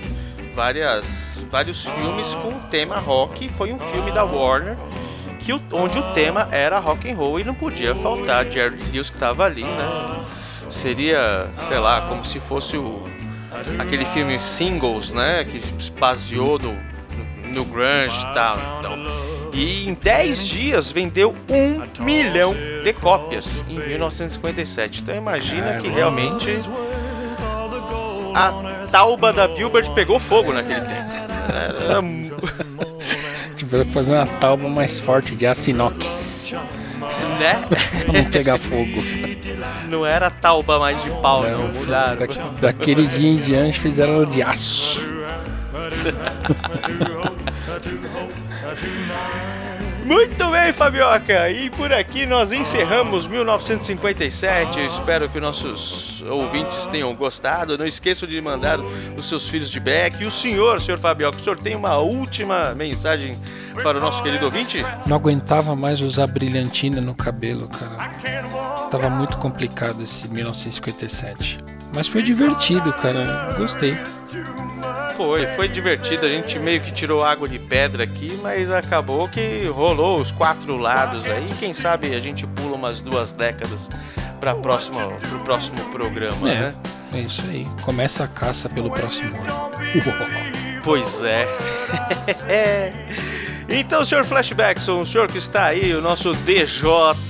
filmes com tema rock. Foi um filme da Warner onde o tema era rock and roll e não podia faltar Jerry Lewis que estava ali, né? Seria, sei lá, como se fosse aquele filme Singles, né? Que se baseou no grunge e tal. E em 10 dias vendeu 1 milhão de cópias em 1957. Então imagina que realmente a tauba da Billboard pegou fogo naquele tempo. Tiveram que fazer uma tauba mais forte de aço inox, né? Pra não pegar fogo. Não era tauba mais de pau, não mudaram. Daquele dia em diante fizeram de aço. Muito bem, Fabioca, e por aqui nós encerramos 1957. Eu espero que nossos ouvintes tenham gostado. Não esqueçam de mandar os seus feedback. E o senhor Fabioca, o senhor tem uma última mensagem para o nosso querido ouvinte? Não aguentava mais usar brilhantina no cabelo, cara. tava muito complicado esse 1957. Mas foi divertido, cara. Gostei. Foi divertido, a gente meio que tirou água de pedra aqui, mas acabou que rolou os 4 lados aí. Quem sabe a gente pula umas 2 décadas pro próximo programa, né? É isso aí. Começa a caça pelo próximo ano. Pois é. Então, senhor Flashbackson, o senhor que está aí, o nosso DJ,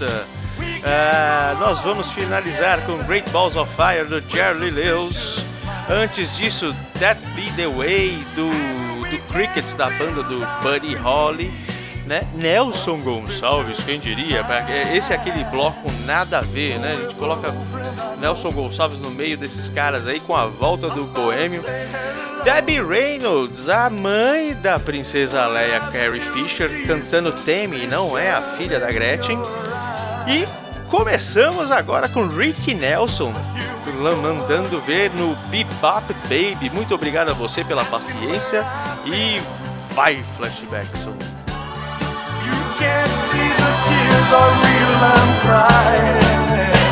nós vamos finalizar com Great Balls of Fire do Jerry Lee Lewis. Antes disso, That Be The Way do Crickets, da banda do Buddy Holly, né? Nelson Gonçalves, quem diria? Esse é aquele bloco nada a ver, né? A gente coloca Nelson Gonçalves no meio desses caras aí com a volta do boêmio. Debbie Reynolds, a mãe da princesa Leia Carrie Fisher, cantando Tammy, não é a filha da Gretchen. E começamos agora com Ricky Nelson, mandando ver no Bebop Baby. Muito obrigado a você pela paciência e vai, Flashbackson. You can't see the tears are real, I'm crying.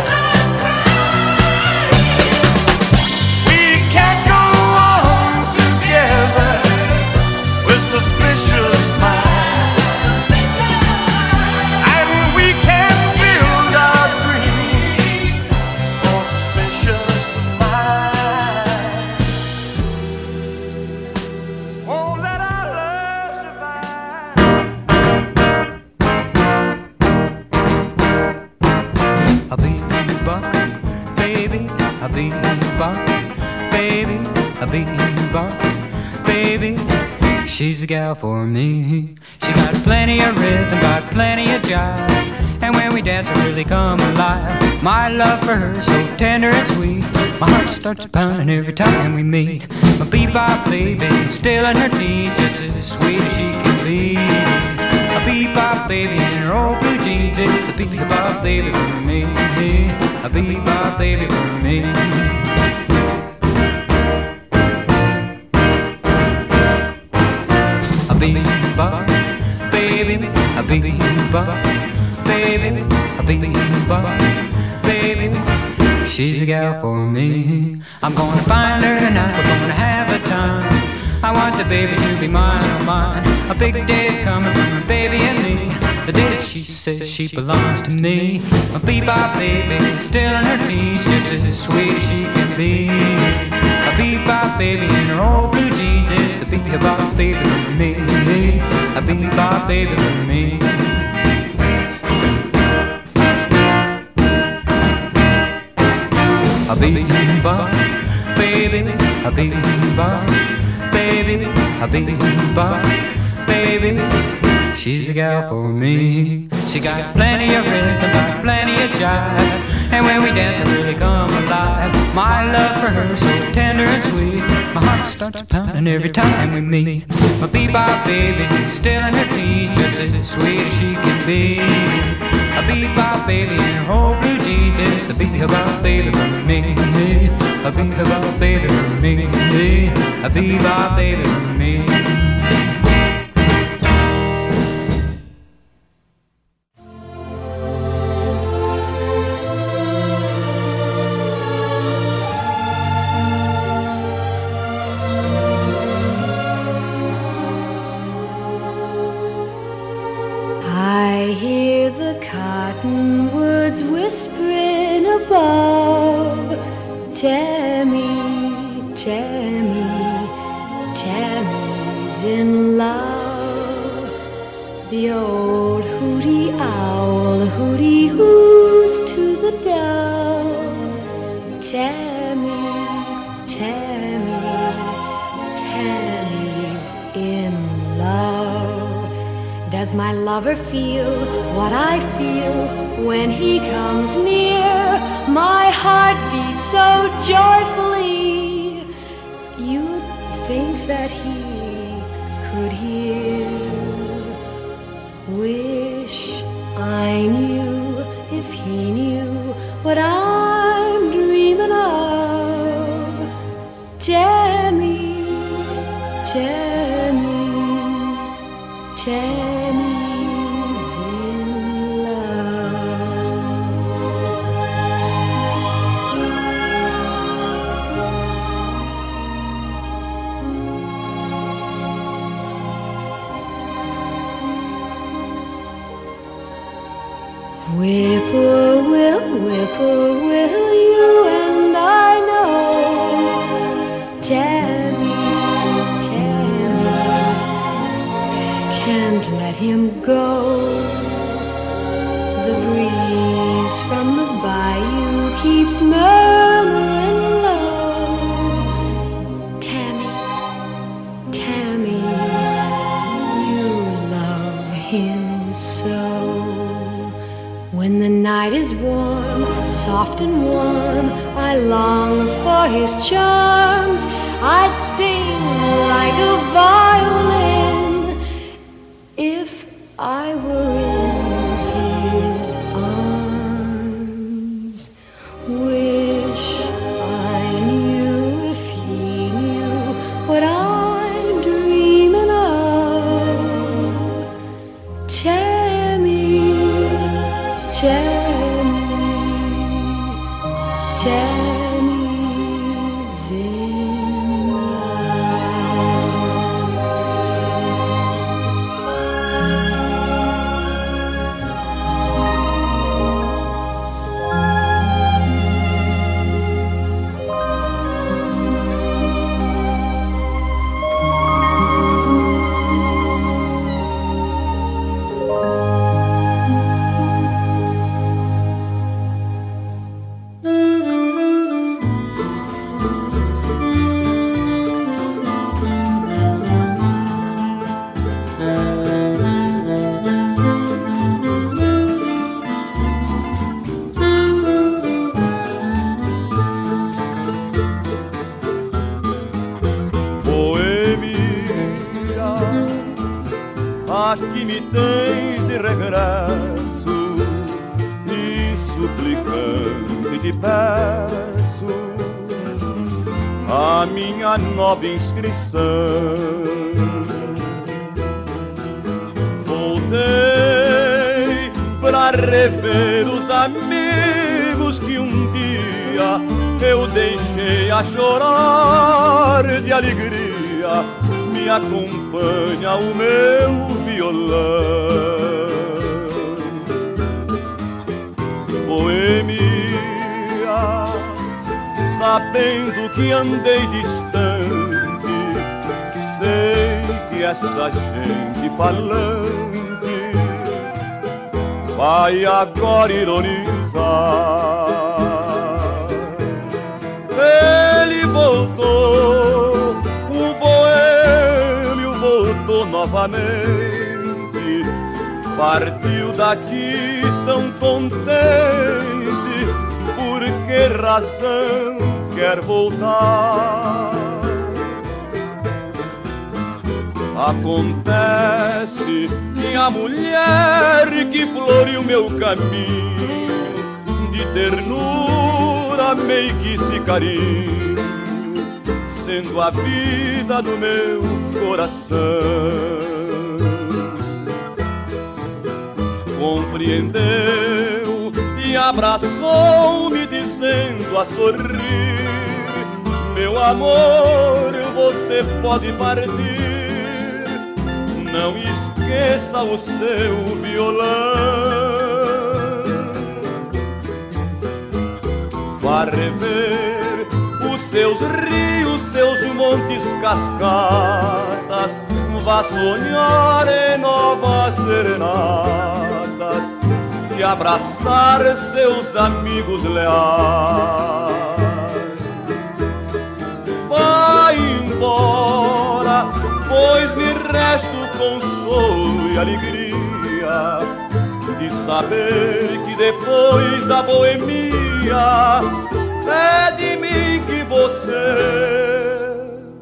We can't go on together with suspicious minds, and we can't build our dreams on suspicious minds. Won't let our love survive. A bebop, baby, a bebop, baby, a bebop, baby. She's a gal for me. She got plenty of rhythm, got plenty of jive, and when we dance, I really come alive. My love for her so tender and sweet. My heart starts pounding every time we meet. My bebop baby, still in her teens, just as sweet as she can be. A bebop baby in her old blue jeans, it's a bebop baby for me. A bebop baby for me. A bebop baby, a bebop baby, a bebop baby. She's a gal for me. I'm gonna find her tonight, we're gonna have a time. I want the baby to be mine, oh mine. A big day's coming for my baby and me. The day that she says she belongs to me. My bebop baby, still in her teens, just as sweet as she can be. A bebop baby in her old blue jeans, it's a bebop baby for me. A bebop baby for me. A bebop baby, a bebop baby, a bebop baby. She's a gal for me. She got plenty of rhythm, got plenty of jive, and when we dance, I really come alive. My love for her so tender and sweet. My heart starts pounding every time we meet. My bebop baby, still in her teens, just as sweet as she can be. A bebop baby in her old blue jeans, it's a bebop baby for me. A bebop baby for me. A bebop baby for me. I hear the cottonwoods whispering above. Tammy, Tammy, Tammy's in love. The old hooty owl hooty hoos to the dove. Tammy, Tammy, Tammy's in love. Does my lover feel what I feel when he comes near? My heart beats so joyfully, you'd think that he could hear. Wish I knew if he knew what I'm dreaming of. Tammy, Tammy, Tammy's in love. I long for his charms. I'd sing like a violin if I were in his arms. Wish I knew if he knew what I'm dreaming of. Tammy's in love. Aqui me tens de regresso e suplicante te peço a minha nova inscrição. Voltei pra rever os amigos que um dia eu deixei a chorar de alegria. Me acompanha o meu violão. Boêmia, sabendo que andei distante, sei que essa gente falante vai agora ironizar. Ele voltou, o boêmio voltou novamente, partiu daqui tão contente. Por que razão quer voltar? Acontece que a mulher que floreou meu caminho de ternura, meiguice e carinho, sendo a vida do meu coração, compreendeu e abraçou-me dizendo a sorrir: meu amor, você pode partir, não esqueça o seu violão. Vá rever os seus rios, seus montes, cascatas, vá sonhar em novas serenatas e abraçar seus amigos leais. Vá embora, pois me resta o consolo e alegria de saber que depois da boemia é de mim que você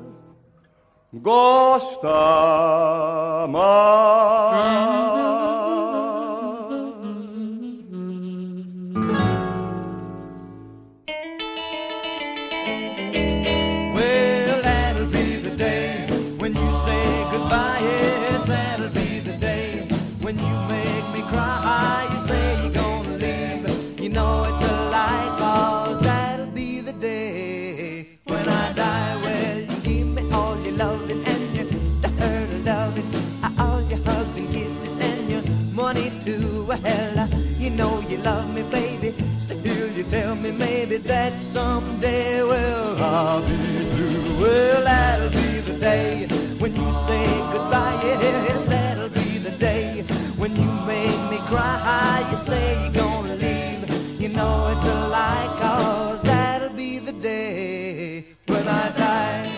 gosta mais. Well, that'll be the day when you say goodbye. Yes, that'll be the day when you make me cry. You say you're gonna leave, you know it's a lie, 'cause that'll be the day when I die. Well, you give me all your loving and your loving, all your hugs and kisses and your money too. Well, you know you love me, baby. Still you tell me maybe that someday, well, I'll be through. Well, that'll be the day when you say goodbye. Yes, that'll be the day when you make me cry. You say you're gonna leave, you know it's a lie, 'cause that'll be the day when I die.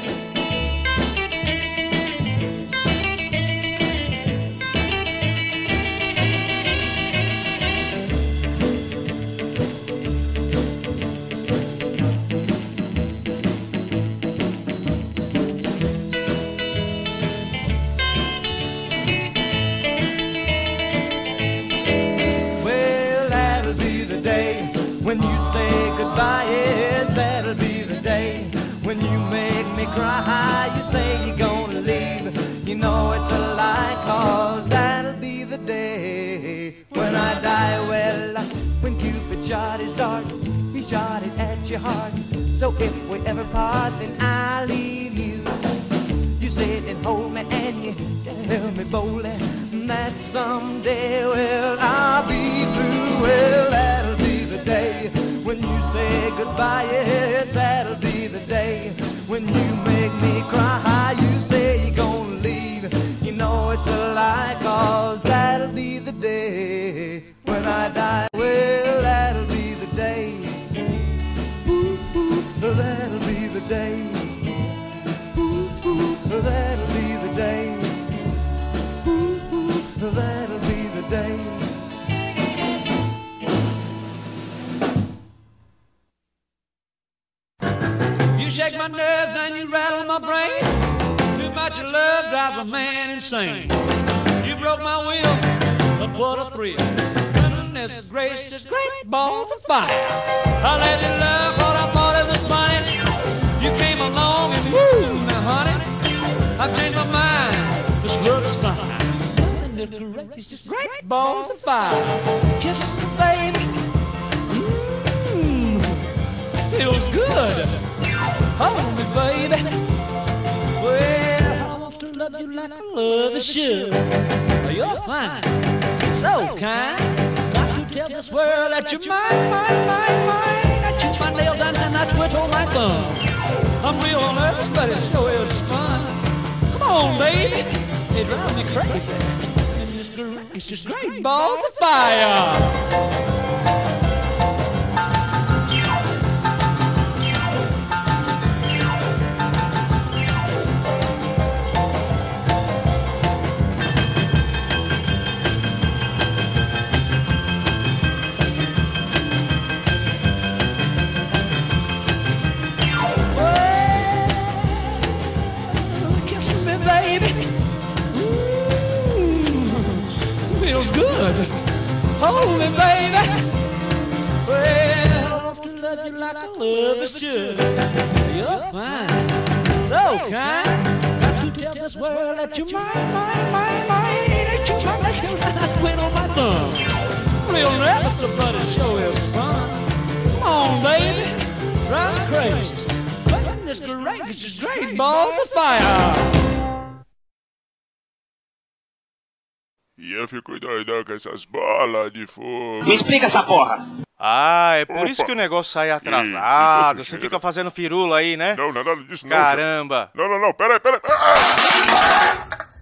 cry. You say you're gonna leave, you know it's a lie, 'cause that'll be the day when I die. Well, when Cupid shot his dart, he shot it at your heart. So if we ever part, then I'll leave you. You sit and hold me and you tell me boldly that someday, well, I'll be blue. Well, that'll be the day when you say goodbye. Yes, that'll be the day when you make me cry. You say you're gonna leave, you know it's a lie, 'cause that'll be the day when I die. Well, that'll be the day. Ooh, ooh, that'll be the day. Ooh, ooh, that'll be the day. Ooh, ooh, that'll be the day. You shake my nerves and you rattle my brain. Too much love drives a man insane. You broke my will, but what a thrill. Goodness gracious, great balls of fire. I let you love what I thought it was funny. You came along and woo, now honey, I've changed my mind. This love is fine. Goodness gracious, great balls of fire. Kisses, baby. Feels good. Hold me, baby. Well, I want to love you like I love you should. You're fine, so kind. Got to tell this world that you're mine, mine, mine, mine. I chew my nails and I twiddle my thumb. I'm real nervous, but it sure is fun. Come on, baby. It drives me crazy. And this girl is just great balls of fire. Hold me, baby. Well, I want to love you like I love you should. You're fine, so kind. Got to tell this world that you're mine, mine, mine, mine. That you're my nails and I twiddle my thumb. Real nervous, but it sure is fun. Come on, baby, drive me crazy. Goodness gracious, great balls of fire. E eu fico doidão com essas bolas de fogo. Me explica essa porra. Ah, é por isso que o negócio sai atrasado. Você fica fazendo firula aí, né? Não, nada disso não. Caramba. Não, peraí.